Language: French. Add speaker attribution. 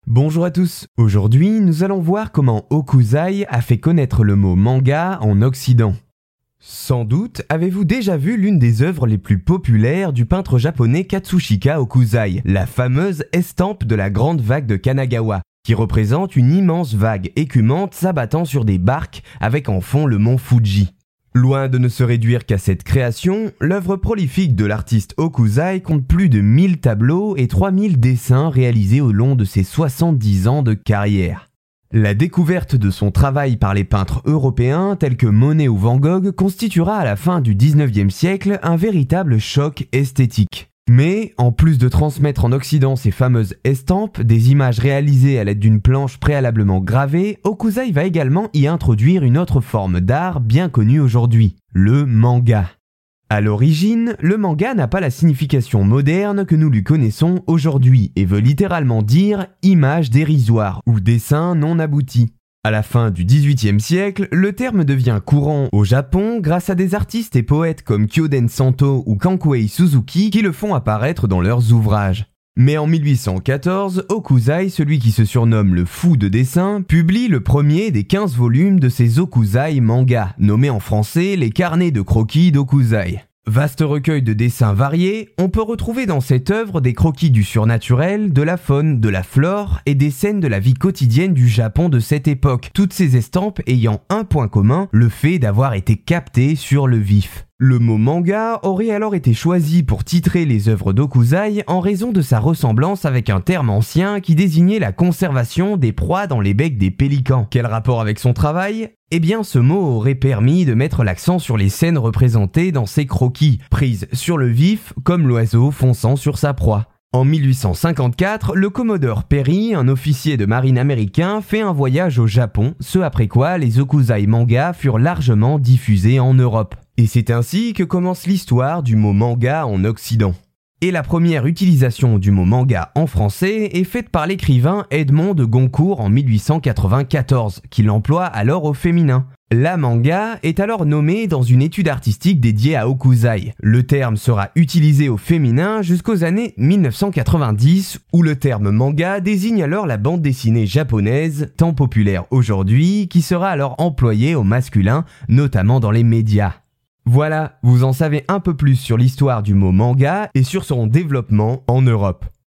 Speaker 1: Bonjour à tous, aujourd'hui nous allons voir comment Hokusai a fait connaître le mot manga en Occident. Sans doute avez-vous déjà vu l'une des œuvres les plus populaires du peintre japonais Katsushika Hokusai, la fameuse estampe de la grande vague de Kanagawa, qui représente une immense vague écumante s'abattant sur des barques avec en fond le mont Fuji. Loin de ne se réduire qu'à cette création, l'œuvre prolifique de l'artiste Hokusai compte plus de 1000 tableaux et 3000 dessins réalisés au long de ses 70 ans de carrière. La découverte de son travail par les peintres européens tels que Monet ou Van Gogh constituera à la fin du 19e siècle un véritable choc esthétique. Mais, en plus de transmettre en Occident ces fameuses estampes, des images réalisées à l'aide d'une planche préalablement gravée, Hokusai va également y introduire une autre forme d'art bien connue aujourd'hui, le manga. À l'origine, le manga n'a pas la signification moderne que nous lui connaissons aujourd'hui et veut littéralement dire « image dérisoire » ou « dessin non abouti ». À la fin du XVIIIe siècle, le terme devient courant au Japon grâce à des artistes et poètes comme Kyoden Santo ou Kankei Suzuki qui le font apparaître dans leurs ouvrages. Mais en 1814, Hokusai, celui qui se surnomme le fou de dessin, publie le premier des 15 volumes de ses Hokusai manga, nommé en français les carnets de croquis d'Hokusai. Vaste recueil de dessins variés, on peut retrouver dans cette œuvre des croquis du surnaturel, de la faune, de la flore et des scènes de la vie quotidienne du Japon de cette époque, toutes ces estampes ayant un point commun, le fait d'avoir été captées sur le vif. Le mot manga aurait alors été choisi pour titrer les œuvres d'Hokusai en raison de sa ressemblance avec un terme ancien qui désignait la conservation des proies dans les becs des pélicans. Quel rapport avec son travail ? Eh bien, ce mot aurait permis de mettre l'accent sur les scènes représentées dans ces croquis, prises sur le vif comme l'oiseau fonçant sur sa proie. En 1854, le commodore Perry, un officier de marine américain, fait un voyage au Japon, ce après quoi les Hokusai manga furent largement diffusés en Europe. Et c'est ainsi que commence l'histoire du mot manga en Occident. Et la première utilisation du mot manga en français est faite par l'écrivain Edmond de Goncourt en 1894, qui l'emploie alors au féminin. La manga est alors nommée dans une étude artistique dédiée à Hokusai. Le terme sera utilisé au féminin jusqu'aux années 1990, où le terme manga désigne alors la bande dessinée japonaise, tant populaire aujourd'hui, qui sera alors employée au masculin, notamment dans les médias. Voilà, vous en savez un peu plus sur l'histoire du mot manga et sur son développement en Europe.